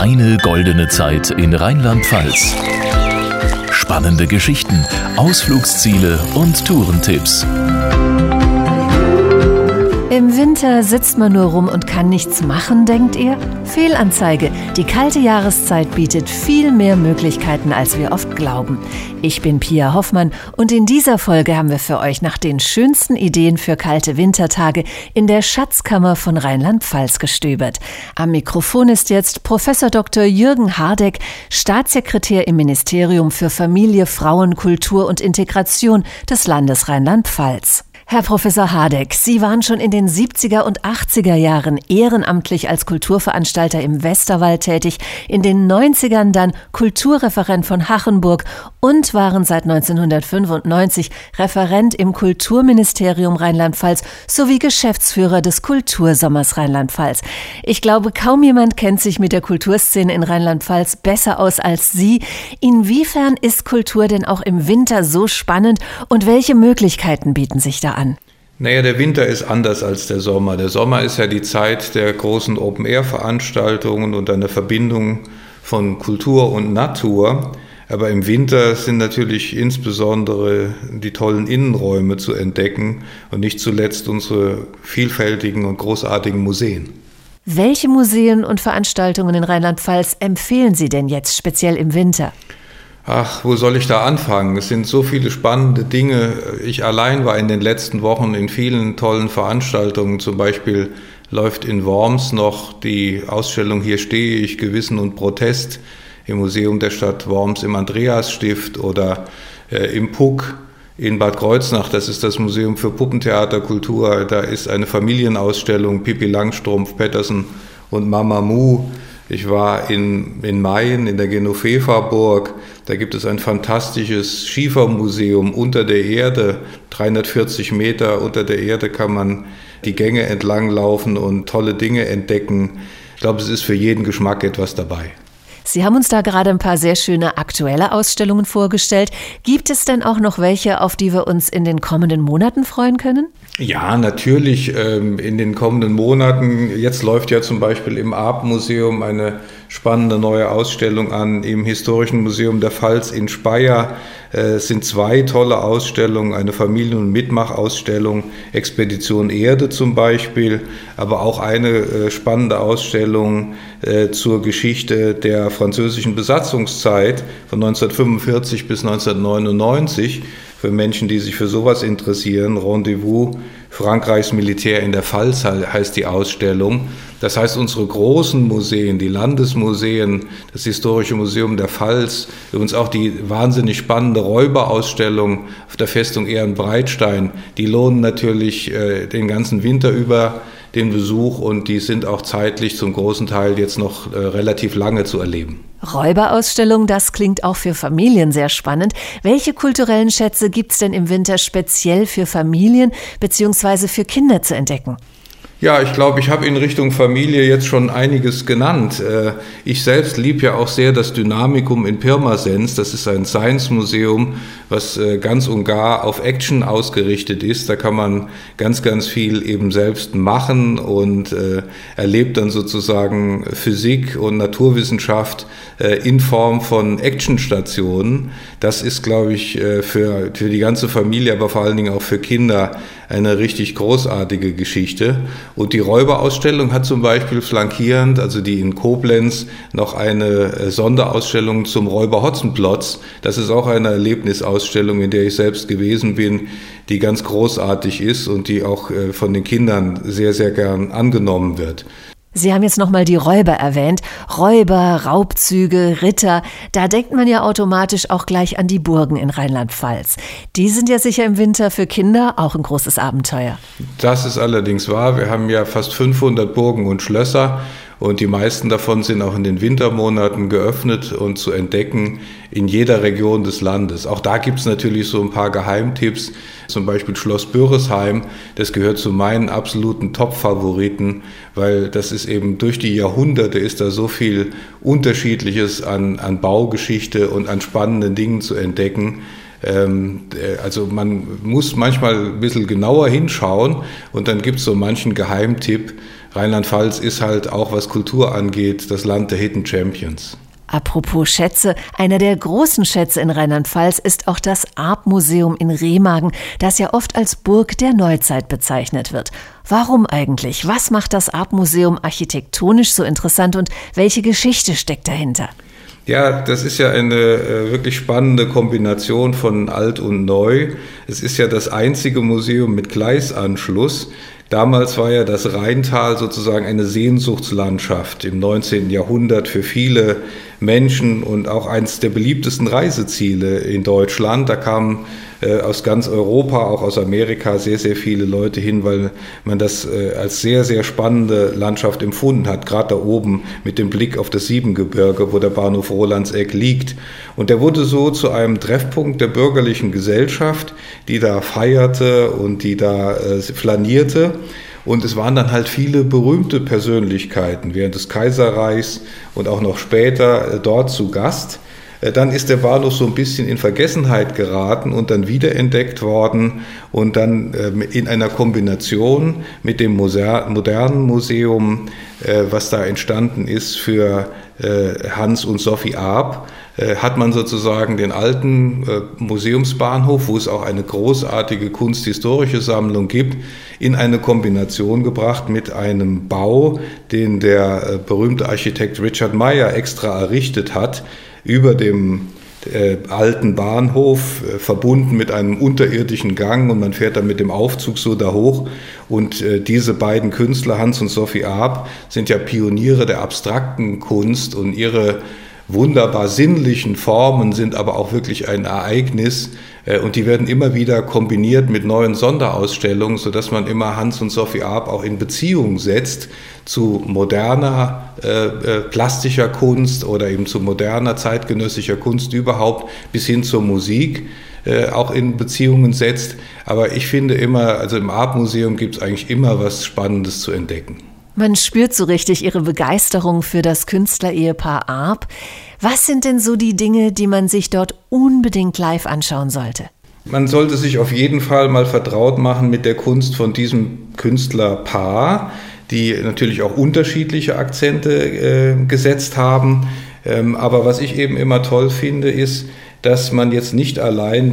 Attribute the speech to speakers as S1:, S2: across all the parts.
S1: Deine goldene Zeit in Rheinland-Pfalz. Spannende Geschichten, Ausflugsziele und Tourentipps.
S2: Im Winter sitzt man nur rum und kann nichts machen, denkt ihr? Fehlanzeige. Die kalte Jahreszeit bietet viel mehr Möglichkeiten, als wir oft glauben. Ich bin Pia Hoffmann und in dieser Folge haben wir für euch nach den schönsten Ideen für kalte Wintertage in der Schatzkammer von Rheinland-Pfalz gestöbert. Am Mikrofon ist jetzt Professor Dr. Jürgen Hardegg, Staatssekretär im Ministerium für Familie, Frauen, Kultur und Integration des Landes Rheinland-Pfalz. Herr Professor Hardegg, Sie waren schon in den 70er und 80er Jahren ehrenamtlich als Kulturveranstalter im Westerwald tätig, in den 90ern dann Kulturreferent von Hachenburg und waren seit 1995 Referent im Kulturministerium Rheinland-Pfalz sowie Geschäftsführer des Kultursommers Rheinland-Pfalz. Ich glaube, kaum jemand kennt sich mit der Kulturszene in Rheinland-Pfalz besser aus als Sie. Inwiefern ist Kultur denn auch im Winter so spannend und welche Möglichkeiten bieten sich da an?
S3: Naja, der Winter ist anders als der Sommer. Der Sommer ist ja die Zeit der großen Open-Air-Veranstaltungen und einer Verbindung von Kultur und Natur. Aber im Winter sind natürlich insbesondere die tollen Innenräume zu entdecken und nicht zuletzt unsere vielfältigen und großartigen Museen.
S2: Welche Museen und Veranstaltungen in Rheinland-Pfalz empfehlen Sie denn jetzt speziell im Winter?
S3: Ach, wo soll ich da anfangen? Es sind so viele spannende Dinge. Ich allein war in den letzten Wochen in vielen tollen Veranstaltungen. Zum Beispiel läuft in Worms noch die Ausstellung Hier stehe ich, Gewissen und Protest im Museum der Stadt Worms im Andreasstift oder im Puck in Bad Kreuznach. Das ist das Museum für Puppentheaterkultur. Da ist eine Familienausstellung Pippi Langstrumpf, Pettersen und Mama Mu. Ich war in Mayen in der Genovefa-Burg. Da gibt es ein fantastisches Schiefermuseum unter der Erde. 340 Meter unter der Erde kann man die Gänge entlang laufen und tolle Dinge entdecken. Ich glaube, es ist für jeden Geschmack etwas dabei.
S2: Sie haben uns da gerade ein paar sehr schöne aktuelle Ausstellungen vorgestellt. Gibt es denn auch noch welche, auf die wir uns in den kommenden Monaten freuen können?
S3: Ja, natürlich in den kommenden Monaten. Jetzt läuft ja zum Beispiel im Arp-Museum eine spannende neue Ausstellung an. Im Historischen Museum der Pfalz in Speyer sind zwei tolle Ausstellungen, eine Familien- und Mitmachausstellung, Expedition Erde zum Beispiel, aber auch eine spannende Ausstellung zur Geschichte der französischen Besatzungszeit von 1945 bis 1999. Für Menschen, die sich für sowas interessieren, Rendezvous, Frankreichs Militär in der Pfalz heißt die Ausstellung. Das heißt, unsere großen Museen, die Landesmuseen, das Historische Museum der Pfalz, übrigens auch die wahnsinnig spannende Räuberausstellung auf der Festung Ehrenbreitstein, die lohnen natürlich den ganzen Winter über den Besuch und die sind auch zeitlich zum großen Teil jetzt noch relativ lange zu erleben.
S2: Räuberausstellung, das klingt auch für Familien sehr spannend. Welche kulturellen Schätze gibt es denn im Winter speziell für Familien bzw. für Kinder zu entdecken?
S3: Ja, ich glaube, ich habe in Richtung Familie jetzt schon einiges genannt. Ich selbst liebe ja auch sehr das Dynamikum in Pirmasens. Das ist ein Science-Museum, was ganz und gar auf Action ausgerichtet ist. Da kann man ganz, ganz viel eben selbst machen und erlebt dann sozusagen Physik und Naturwissenschaft in Form von Actionstationen. Das ist, glaube ich, für die ganze Familie, aber vor allen Dingen auch für Kinder eine richtig großartige Geschichte. Und die Räuberausstellung hat zum Beispiel flankierend, also die in Koblenz, noch eine Sonderausstellung zum Räuber Hotzenplotz. Das ist auch eine Erlebnisausstellung, in der ich selbst gewesen bin, die ganz großartig ist und die auch von den Kindern sehr, sehr gern angenommen wird.
S2: Sie haben jetzt nochmal die Räuber erwähnt. Räuber, Raubzüge, Ritter, da denkt man ja automatisch auch gleich an die Burgen in Rheinland-Pfalz. Die sind ja sicher im Winter für Kinder auch ein großes Abenteuer.
S3: Das ist allerdings wahr. Wir haben ja fast 500 Burgen und Schlösser. Und die meisten davon sind auch in den Wintermonaten geöffnet und zu entdecken in jeder Region des Landes. Auch da gibt es natürlich so ein paar Geheimtipps, zum Beispiel Schloss Böresheim. Das gehört zu meinen absoluten Top-Favoriten, weil das ist eben durch die Jahrhunderte ist da so viel Unterschiedliches an Baugeschichte und an spannenden Dingen zu entdecken. Also man muss manchmal ein bisschen genauer hinschauen und dann gibt es so manchen Geheimtipp Rheinland-Pfalz ist halt auch, was Kultur angeht, das Land der Hidden Champions.
S2: Apropos Schätze, einer der großen Schätze in Rheinland-Pfalz ist auch das Arp-Museum in Remagen, das ja oft als Burg der Neuzeit bezeichnet wird. Warum eigentlich? Was macht das Arp-Museum architektonisch so interessant und welche Geschichte steckt dahinter?
S3: Ja, das ist ja eine wirklich spannende Kombination von alt und neu. Es ist ja das einzige Museum mit Gleisanschluss. Damals war ja das Rheintal sozusagen eine Sehnsuchtslandschaft im 19. Jahrhundert für viele Menschen und auch eines der beliebtesten Reiseziele in Deutschland. Da kamen aus ganz Europa, auch aus Amerika, sehr, sehr viele Leute hin, weil man das als sehr, sehr spannende Landschaft empfunden hat, gerade da oben mit dem Blick auf das Siebengebirge, wo der Bahnhof Rolandseck liegt. Und der wurde so zu einem Treffpunkt der bürgerlichen Gesellschaft, die da feierte und die da flanierte. Und es waren dann halt viele berühmte Persönlichkeiten während des Kaiserreichs und auch noch später dort zu Gast. Dann ist der Bahnhof so ein bisschen in Vergessenheit geraten und dann wiederentdeckt worden und dann in einer Kombination mit dem modernen Museum, was da entstanden ist für Hans und Sophie Arp, hat man sozusagen den alten Museumsbahnhof, wo es auch eine großartige kunsthistorische Sammlung gibt, in eine Kombination gebracht mit einem Bau, den der berühmte Architekt Richard Meyer extra errichtet hat, über dem alten Bahnhof, verbunden mit einem unterirdischen Gang, und man fährt dann mit dem Aufzug so da hoch. Und diese beiden Künstler, Hans und Sophie Arp, sind ja Pioniere der abstrakten Kunst, und ihre wunderbar sinnlichen Formen sind aber auch wirklich ein Ereignis, und die werden immer wieder kombiniert mit neuen Sonderausstellungen, sodass man immer Hans und Sophie Arp auch in Beziehung setzt zu moderner plastischer Kunst oder eben zu moderner zeitgenössischer Kunst überhaupt, bis hin zur Musik auch in Beziehungen setzt. Aber ich finde immer, also im Arp-Museum gibt es eigentlich immer was Spannendes zu entdecken.
S2: Man spürt so richtig Ihre Begeisterung für das Künstlerehepaar Arp. Was sind denn so die Dinge, die man sich dort unbedingt live anschauen sollte?
S3: Man sollte sich auf jeden Fall mal vertraut machen mit der Kunst von diesem Künstlerpaar, die natürlich auch unterschiedliche Akzente gesetzt haben. Aber was ich eben immer toll finde, ist, dass man jetzt nicht allein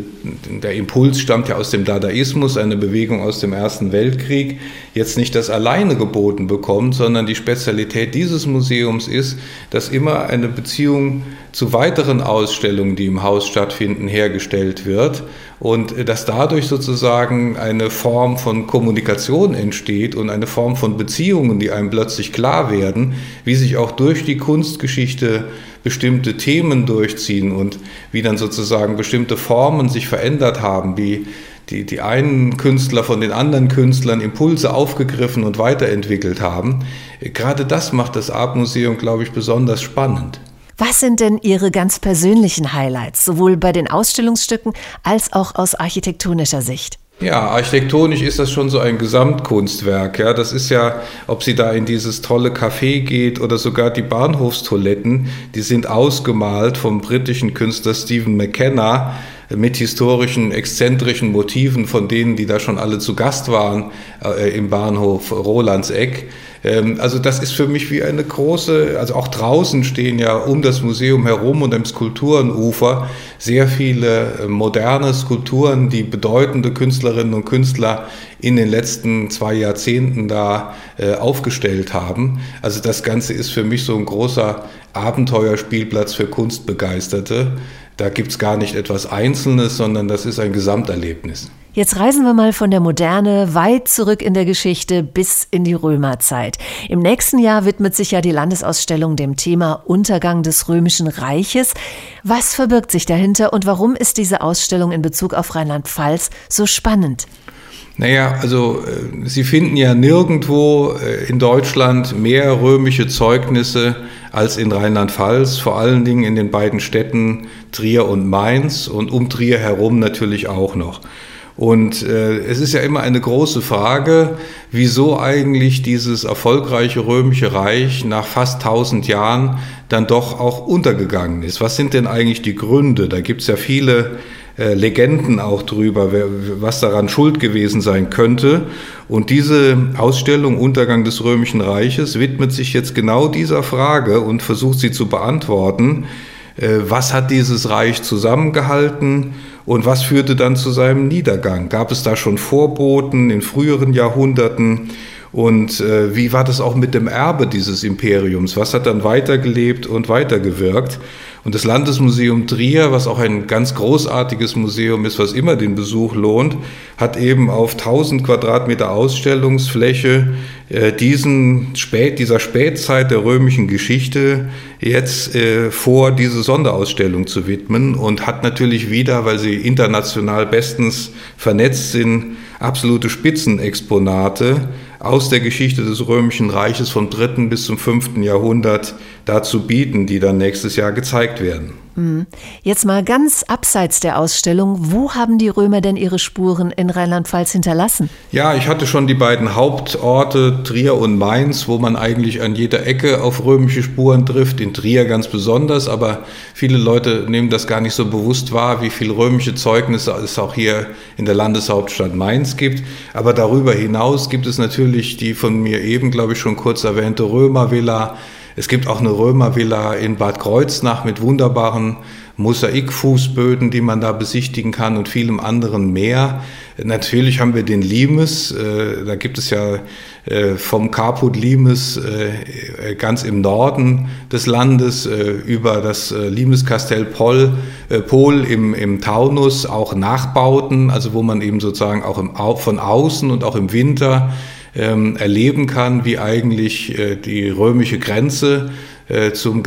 S3: der Impuls stammt ja aus dem Dadaismus, eine Bewegung aus dem Ersten Weltkrieg, jetzt nicht das alleine geboten bekommt, sondern die Spezialität dieses Museums ist, dass immer eine Beziehung zu weiteren Ausstellungen, die im Haus stattfinden, hergestellt wird und dass dadurch sozusagen eine Form von Kommunikation entsteht und eine Form von Beziehungen, die einem plötzlich klar werden, wie sich auch durch die Kunstgeschichte bestimmte Themen durchziehen und wie dann sozusagen bestimmte Formen sich verändert haben, wie die einen Künstler von den anderen Künstlern Impulse aufgegriffen und weiterentwickelt haben. Gerade das macht das Arp-Museum, glaube ich, besonders spannend.
S2: Was sind denn Ihre ganz persönlichen Highlights, sowohl bei den Ausstellungsstücken als auch aus architektonischer Sicht?
S3: Ja, architektonisch ist das schon so ein Gesamtkunstwerk. Ja, das ist ja, ob Sie da in dieses tolle Café geht oder sogar die Bahnhofstoiletten, die sind ausgemalt vom britischen Künstler Stephen McKenna mit historischen, exzentrischen Motiven von denen, die da schon alle zu Gast waren im Bahnhof Rolandseck. Also das ist für mich wie eine große, also auch draußen stehen ja um das Museum herum und am Skulpturenufer sehr viele moderne Skulpturen, die bedeutende Künstlerinnen und Künstler in den letzten 2 Jahrzehnten da aufgestellt haben. Also das Ganze ist für mich so ein großer Abenteuerspielplatz für Kunstbegeisterte. Da gibt es gar nicht etwas Einzelnes, sondern das ist ein Gesamterlebnis.
S2: Jetzt reisen wir mal von der Moderne weit zurück in der Geschichte bis in die Römerzeit. Im nächsten Jahr widmet sich ja die Landesausstellung dem Thema Untergang des Römischen Reiches. Was verbirgt sich dahinter und warum ist diese Ausstellung in Bezug auf Rheinland-Pfalz so spannend?
S3: Naja, also Sie finden ja nirgendwo in Deutschland mehr römische Zeugnisse als in Rheinland-Pfalz, vor allen Dingen in den beiden Städten Trier und Mainz und um Trier herum natürlich auch noch. Und es ist ja immer eine große Frage, wieso eigentlich dieses erfolgreiche Römische Reich nach fast 1000 Jahren dann doch auch untergegangen ist. Was sind denn eigentlich die Gründe? Da gibt es ja viele Legenden auch drüber, was daran schuld gewesen sein könnte. Und diese Ausstellung Untergang des Römischen Reiches widmet sich jetzt genau dieser Frage und versucht sie zu beantworten. Was hat dieses Reich zusammengehalten und was führte dann zu seinem Niedergang? Gab es da schon Vorboten in früheren Jahrhunderten? Und wie war das auch mit dem Erbe dieses Imperiums? Was hat dann weitergelebt und weitergewirkt? Und das Landesmuseum Trier, was auch ein ganz großartiges Museum ist, was immer den Besuch lohnt, hat eben auf 1000 Quadratmeter Ausstellungsfläche dieser Spätzeit der römischen Geschichte jetzt vor, diese Sonderausstellung zu widmen und hat natürlich wieder, weil sie international bestens vernetzt sind, absolute Spitzenexponate aus der Geschichte des Römischen Reiches vom 3. bis zum 5. Jahrhundert dazu bieten, die dann nächstes Jahr gezeigt werden.
S2: Jetzt mal ganz abseits der Ausstellung, wo haben die Römer denn ihre Spuren in Rheinland-Pfalz hinterlassen?
S3: Ja, ich hatte schon die beiden Hauptorte, Trier und Mainz, wo man eigentlich an jeder Ecke auf römische Spuren trifft, in Trier ganz besonders, aber viele Leute nehmen das gar nicht so bewusst wahr, wie viele römische Zeugnisse es auch hier in der Landeshauptstadt Mainz gibt. Aber darüber hinaus gibt es natürlich die von mir eben, glaube ich, schon kurz erwähnte Römervilla. Es gibt auch eine Römervilla in Bad Kreuznach mit wunderbaren Mosaikfußböden, die man da besichtigen kann und vielem anderen mehr. Natürlich haben wir den Limes, da gibt es ja vom Caput Limes ganz im Norden des Landes über das Limeskastell Pol im Taunus auch Nachbauten, also wo man eben sozusagen auch von außen und auch im Winter erleben kann, wie eigentlich die römische Grenze zum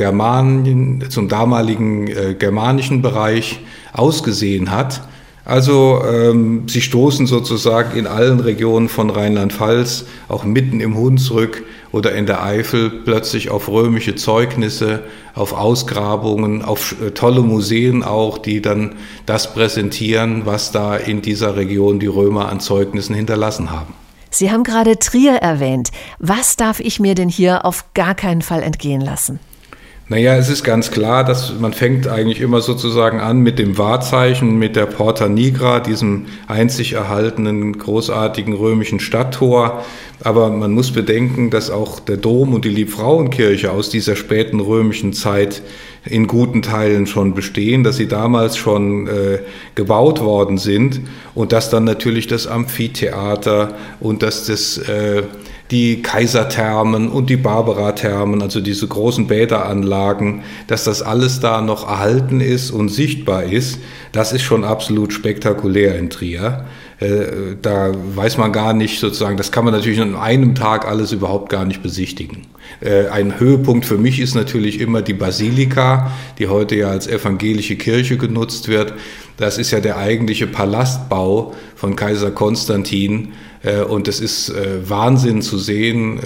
S3: damaligen germanischen Bereich ausgesehen hat. Also sie stoßen sozusagen in allen Regionen von Rheinland-Pfalz, auch mitten im Hunsrück oder in der Eifel, plötzlich auf römische Zeugnisse, auf Ausgrabungen, auf tolle Museen auch, die dann das präsentieren, was da in dieser Region die Römer an Zeugnissen hinterlassen haben.
S2: Sie haben gerade Trier erwähnt. Was darf ich mir denn hier auf gar keinen Fall entgehen lassen?
S3: Naja, es ist ganz klar, dass man fängt eigentlich immer sozusagen an mit dem Wahrzeichen, mit der Porta Nigra, diesem einzig erhaltenen großartigen römischen Stadttor. Aber man muss bedenken, dass auch der Dom und die Liebfrauenkirche aus dieser späten römischen Zeit in guten Teilen schon bestehen, dass sie damals schon gebaut worden sind und dass dann natürlich das Amphitheater und dass die Kaiserthermen und die Barbara-Thermen, also diese großen Bäderanlagen, dass das alles da noch erhalten ist und sichtbar ist, das ist schon absolut spektakulär in Trier. Da weiß man gar nicht sozusagen, das kann man natürlich an einem Tag alles überhaupt gar nicht besichtigen. Ein Höhepunkt für mich ist natürlich immer die Basilika, die heute ja als evangelische Kirche genutzt wird. Das ist ja der eigentliche Palastbau von Kaiser Konstantin. Und es ist Wahnsinn zu sehen,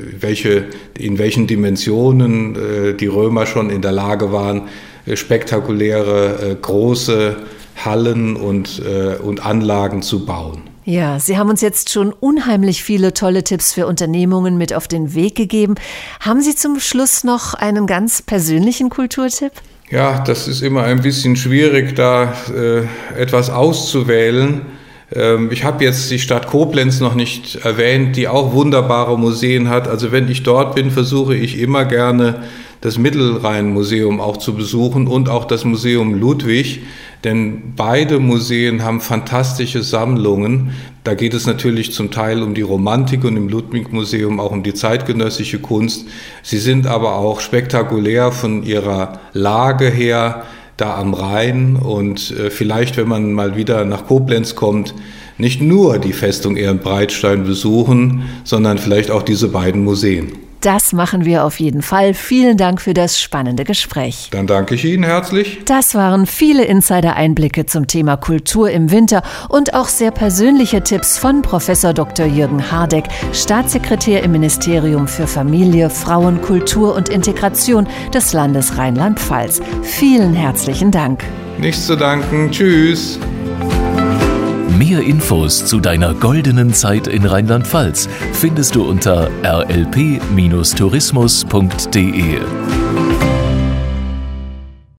S3: in welchen Dimensionen die Römer schon in der Lage waren, spektakuläre, große Hallen und Anlagen zu bauen.
S2: Ja, Sie haben uns jetzt schon unheimlich viele tolle Tipps für Unternehmungen mit auf den Weg gegeben. Haben Sie zum Schluss noch einen ganz persönlichen Kulturtipp?
S3: Ja, das ist immer ein bisschen schwierig, da etwas auszuwählen. Ich habe jetzt die Stadt Koblenz noch nicht erwähnt, die auch wunderbare Museen hat. Also wenn ich dort bin, versuche ich immer gerne das Mittelrhein-Museum auch zu besuchen und auch das Museum Ludwig, denn beide Museen haben fantastische Sammlungen. Da geht es natürlich zum Teil um die Romantik und im Ludwig-Museum auch um die zeitgenössische Kunst. Sie sind aber auch spektakulär von ihrer Lage her, da am Rhein und vielleicht, wenn man mal wieder nach Koblenz kommt, nicht nur die Festung Ehrenbreitstein besuchen, sondern vielleicht auch diese beiden Museen.
S2: Das machen wir auf jeden Fall. Vielen Dank für das spannende Gespräch.
S3: Dann danke ich Ihnen herzlich.
S2: Das waren viele Insider-Einblicke zum Thema Kultur im Winter und auch sehr persönliche Tipps von Prof. Dr. Jürgen Hardeck, Staatssekretär im Ministerium für Familie, Frauen, Kultur und Integration des Landes Rheinland-Pfalz. Vielen herzlichen Dank.
S3: Nichts zu danken. Tschüss.
S1: Mehr Infos zu deiner goldenen Zeit in Rheinland-Pfalz findest du unter rlp-tourismus.de.